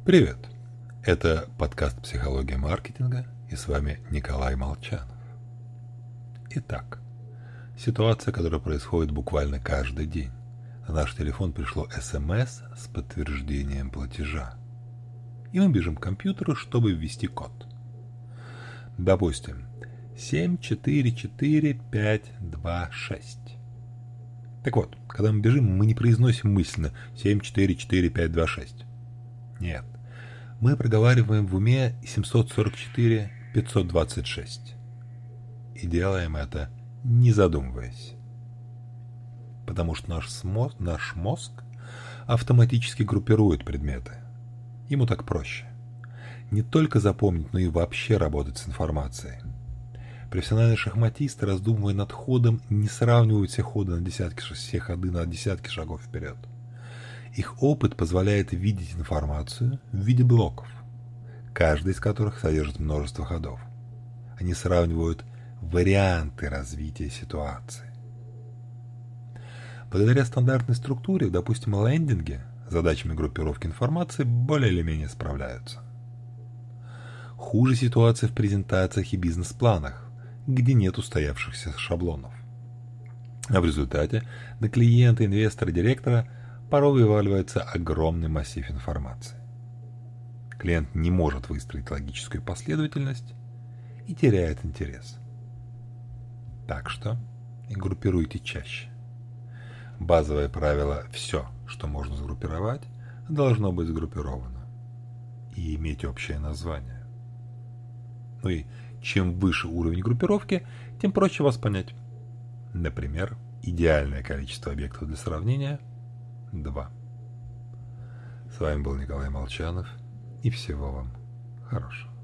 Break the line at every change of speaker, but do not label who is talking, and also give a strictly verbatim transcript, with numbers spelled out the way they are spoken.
Привет! Это подкаст «Психология маркетинга» и с вами Николай Молчанов. Итак, ситуация, которая происходит буквально каждый день. На наш телефон пришло СМС с подтверждением платежа. И мы бежим к компьютеру, чтобы ввести код. Допустим, семь четыре четыре пять два шесть. Так вот, когда мы бежим, мы не произносим мысленно семь четыре четыре пять два шесть. Нет. Мы проговариваем в уме семьсот сорок четыре пятьсот двадцать шесть. И делаем это, не задумываясь. Потому что наш, смо... наш мозг автоматически группирует предметы. Ему так проще. Не только запомнить, но и вообще работать с информацией. Профессиональные шахматисты, раздумывая над ходом, не сравнивают все ходы на десятки, все ходы на десятки шагов вперед. Их опыт позволяет видеть информацию в виде блоков, каждый из которых содержит множество ходов. Они сравнивают варианты развития ситуации. Благодаря стандартной структуре, допустим, лендинги, с задачами группировки информации более или менее справляются. Хуже ситуация в презентациях и бизнес-планах, где нет устоявшихся шаблонов. А в результате на клиента, инвестора, директора порой вываливается огромный массив информации. Клиент не может выстроить логическую последовательность и теряет интерес. Так что группируйте чаще. Базовое правило «все, что можно сгруппировать, должно быть сгруппировано и иметь общее название». Ну и чем выше уровень группировки, тем проще вас понять. Например, идеальное количество объектов для сравнения – два. С вами был Николай Молчанов, и всего вам хорошего.